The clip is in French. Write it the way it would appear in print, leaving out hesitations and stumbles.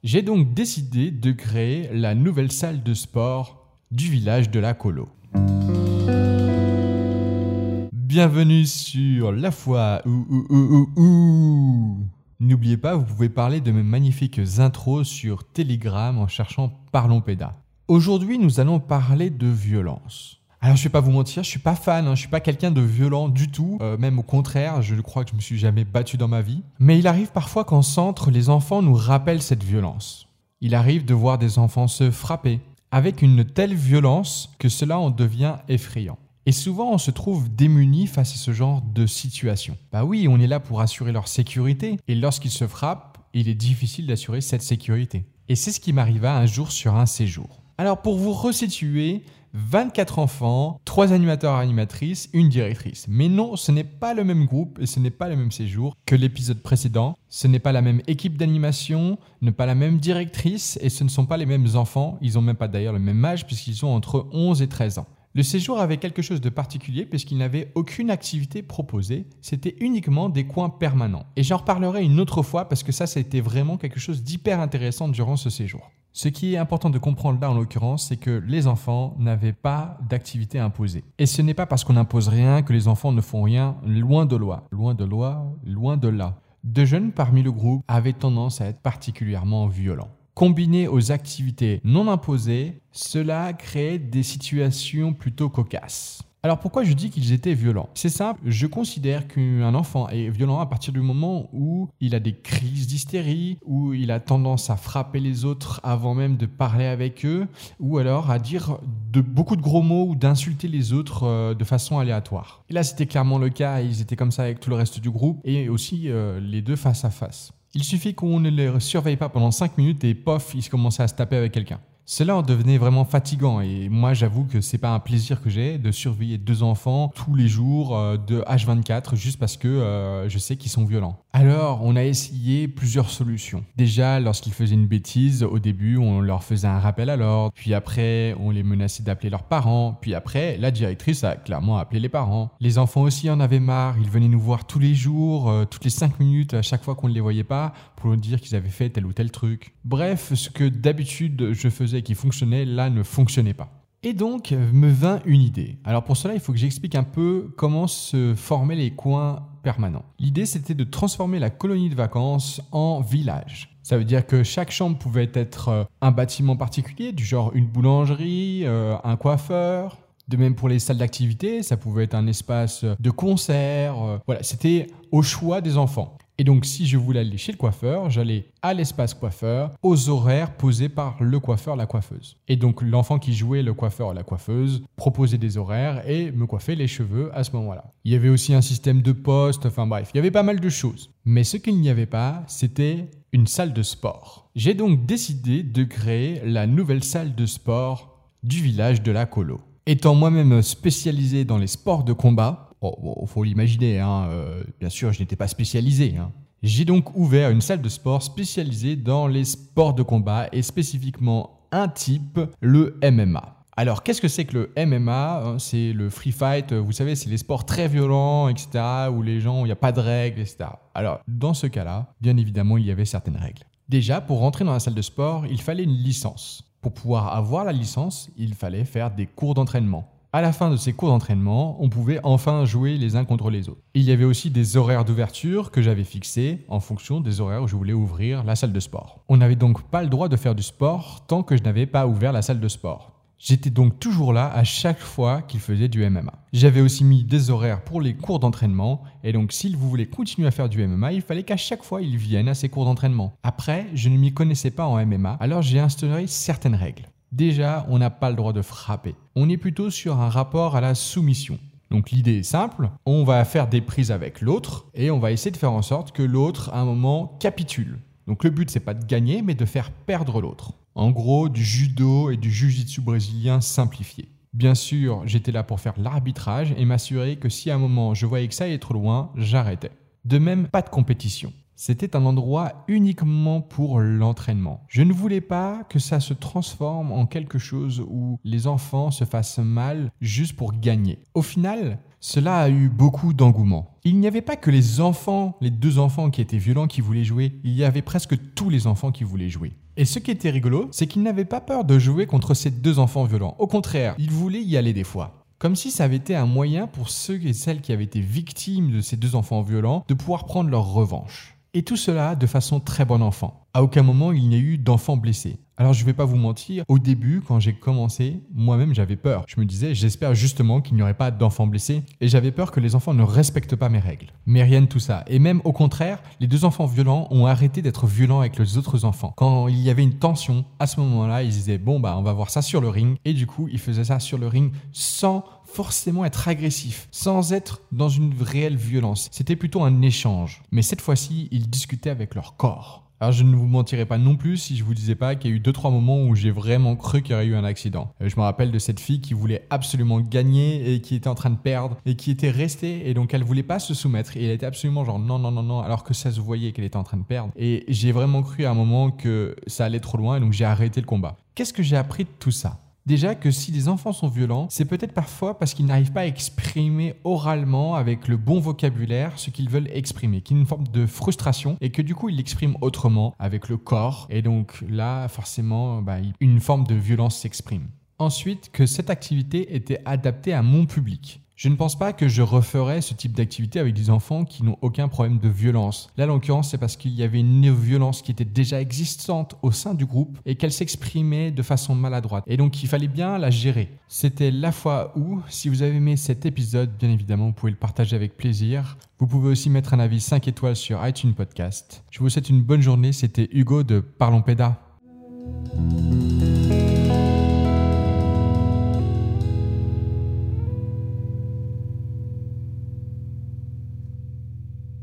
J'ai donc décidé de créer la nouvelle salle de sport du village de la colo. Bienvenue sur La Foi ou. N'oubliez pas, vous pouvez parler de mes magnifiques intros sur Telegram en cherchant Parlons Pédas. Aujourd'hui, nous allons parler de violence. Alors, je ne vais pas vous mentir, je ne suis pas fan, je ne suis pas quelqu'un de violent du tout. Même au contraire, je crois que je ne me suis jamais battu dans ma vie. Mais il arrive parfois qu'en centre, les enfants nous rappellent cette violence. Il arrive de voir des enfants se frapper avec une telle violence que cela en devient effrayant. Et souvent, on se trouve démunis face à ce genre de situation. Bah oui, on est là pour assurer leur sécurité. Et lorsqu'ils se frappent, il est difficile d'assurer cette sécurité. Et c'est ce qui m'arriva un jour sur un séjour. Alors, pour vous resituer, 24 enfants, 3 animateurs et animatrices, une directrice. Mais non, ce n'est pas le même groupe et ce n'est pas le même séjour que l'épisode précédent. Ce n'est pas la même équipe d'animation, ne pas la même directrice et ce ne sont pas les mêmes enfants. Ils n'ont même pas d'ailleurs le même âge puisqu'ils ont entre 11 et 13 ans. Le séjour avait quelque chose de particulier puisqu'il n'avait aucune activité proposée, c'était uniquement des coins permanents. Et j'en reparlerai une autre fois parce que ça a été vraiment quelque chose d'hyper intéressant durant ce séjour. Ce qui est important de comprendre là en l'occurrence, c'est que les enfants n'avaient pas d'activité imposée. Et ce n'est pas parce qu'on n'impose rien que les enfants ne font rien, loin de là. Loin de là. De jeunes parmi le groupe avaient tendance à être particulièrement violents. Combiné aux activités non imposées, cela créait des situations plutôt cocasses. Alors pourquoi je dis qu'ils étaient violents ? C'est simple, je considère qu'un enfant est violent à partir du moment où il a des crises d'hystérie, où il a tendance à frapper les autres avant même de parler avec eux, ou alors à dire beaucoup de gros mots ou d'insulter les autres de façon aléatoire. Et là c'était clairement le cas, ils étaient comme ça avec tout le reste du groupe, et aussi les deux face à face. Il suffit qu'on ne les surveille pas pendant 5 minutes et pof, ils commençaient à se taper avec quelqu'un. Cela en devenait vraiment fatigant et moi j'avoue que c'est pas un plaisir que j'ai de surveiller 2 enfants tous les jours de H24 juste parce que je sais qu'ils sont violents. Alors on a essayé plusieurs solutions. Déjà lorsqu'ils faisaient une bêtise, au début on leur faisait un rappel à l'ordre, puis après on les menaçait d'appeler leurs parents, puis après la directrice a clairement appelé les parents. Les enfants aussi en avaient marre, ils venaient nous voir tous les jours, toutes les 5 minutes à chaque fois qu'on ne les voyait pas pour nous dire qu'ils avaient fait tel ou tel truc. Bref, ce que d'habitude je faisais qui fonctionnait, là ne fonctionnait pas. Et donc me vint une idée. Alors pour cela, il faut que j'explique un peu comment se formaient les coins permanents. L'idée, c'était de transformer la colonie de vacances en village. Ça veut dire que chaque chambre pouvait être un bâtiment particulier, du genre une boulangerie, un coiffeur. De même pour les salles d'activité, ça pouvait être un espace de concert. Voilà, c'était au choix des enfants. Et donc, si je voulais aller chez le coiffeur, j'allais à l'espace coiffeur, aux horaires posés par le coiffeur, la coiffeuse. Et donc, l'enfant qui jouait le coiffeur, la coiffeuse, proposait des horaires et me coiffait les cheveux à ce moment-là. Il y avait aussi un système de poste, enfin bref, il y avait pas mal de choses. Mais ce qu'il n'y avait pas, c'était une salle de sport. J'ai donc décidé de créer la nouvelle salle de sport du village de la colo. Étant moi-même spécialisé dans les sports de combat, faut l'imaginer, bien sûr, je n'étais pas spécialisé. J'ai donc ouvert une salle de sport spécialisée dans les sports de combat et spécifiquement un type, le MMA. Alors, qu'est-ce que c'est que le MMA ? C'est le free fight, vous savez, c'est les sports très violents, etc., où les gens, il n'y a pas de règles, etc. Alors, dans ce cas-là, bien évidemment, il y avait certaines règles. Déjà, pour rentrer dans la salle de sport, il fallait une licence. Pour pouvoir avoir la licence, il fallait faire des cours d'entraînement. À la fin de ces cours d'entraînement, on pouvait enfin jouer les uns contre les autres. Il y avait aussi des horaires d'ouverture que j'avais fixés en fonction des horaires où je voulais ouvrir la salle de sport. On n'avait donc pas le droit de faire du sport tant que je n'avais pas ouvert la salle de sport. J'étais donc toujours là à chaque fois qu'ils faisaient du MMA. J'avais aussi mis des horaires pour les cours d'entraînement et donc s'ils voulaient continuer à faire du MMA, il fallait qu'à chaque fois ils viennent à ces cours d'entraînement. Après, je ne m'y connaissais pas en MMA, alors j'ai instauré certaines règles. Déjà, on n'a pas le droit de frapper. On est plutôt sur un rapport à la soumission. Donc l'idée est simple, on va faire des prises avec l'autre et on va essayer de faire en sorte que l'autre, à un moment, capitule. Donc le but, c'est pas de gagner, mais de faire perdre l'autre. En gros, du judo et du jiu-jitsu brésilien simplifié. Bien sûr, j'étais là pour faire l'arbitrage et m'assurer que si à un moment je voyais que ça allait trop loin, j'arrêtais. De même, pas de compétition. C'était un endroit uniquement pour l'entraînement. Je ne voulais pas que ça se transforme en quelque chose où les enfants se fassent mal juste pour gagner. Au final, cela a eu beaucoup d'engouement. Il n'y avait pas que les enfants, les 2 enfants qui étaient violents qui voulaient jouer, il y avait presque tous les enfants qui voulaient jouer. Et ce qui était rigolo, c'est qu'il n'avait pas peur de jouer contre ces 2 enfants violents. Au contraire, il voulait y aller des fois. Comme si ça avait été un moyen pour ceux et celles qui avaient été victimes de ces 2 enfants violents de pouvoir prendre leur revanche. Et tout cela de façon très bon enfant. À aucun moment il n'y a eu d'enfants blessés. Alors je ne vais pas vous mentir, au début quand j'ai commencé, moi-même j'avais peur. Je me disais j'espère justement qu'il n'y aurait pas d'enfants blessés et j'avais peur que les enfants ne respectent pas mes règles. Mais rien de tout ça. Et même au contraire, les 2 enfants violents ont arrêté d'être violents avec les autres enfants. Quand il y avait une tension, à ce moment-là, ils disaient bon on va voir ça sur le ring. Et du coup ils faisaient ça sur le ring sans forcément être agressif, sans être dans une réelle violence. C'était plutôt un échange. Mais cette fois-ci, ils discutaient avec leur corps. Alors je ne vous mentirai pas non plus si je vous disais pas qu'il y a eu 2-3 moments où j'ai vraiment cru qu'il y aurait eu un accident. Je me rappelle de cette fille qui voulait absolument gagner et qui était en train de perdre et qui était restée et donc elle voulait pas se soumettre et elle était absolument genre non alors que ça se voyait qu'elle était en train de perdre. Et j'ai vraiment cru à un moment que ça allait trop loin et donc j'ai arrêté le combat. Qu'est-ce que j'ai appris de tout ça ? Déjà que si les enfants sont violents, c'est peut-être parfois parce qu'ils n'arrivent pas à exprimer oralement avec le bon vocabulaire ce qu'ils veulent exprimer, qu'il y a une forme de frustration et que du coup ils l'expriment autrement avec le corps et donc là forcément une forme de violence s'exprime. Ensuite, que cette activité était adaptée à mon public. Je ne pense pas que je referais ce type d'activité avec des enfants qui n'ont aucun problème de violence. Là, en l'occurrence, c'est parce qu'il y avait une violence qui était déjà existante au sein du groupe et qu'elle s'exprimait de façon maladroite. Et donc, il fallait bien la gérer. C'était la fois où, si vous avez aimé cet épisode, bien évidemment, vous pouvez le partager avec plaisir. Vous pouvez aussi mettre un avis 5 étoiles sur iTunes Podcast. Je vous souhaite une bonne journée. C'était Hugo de Parlons Pédas.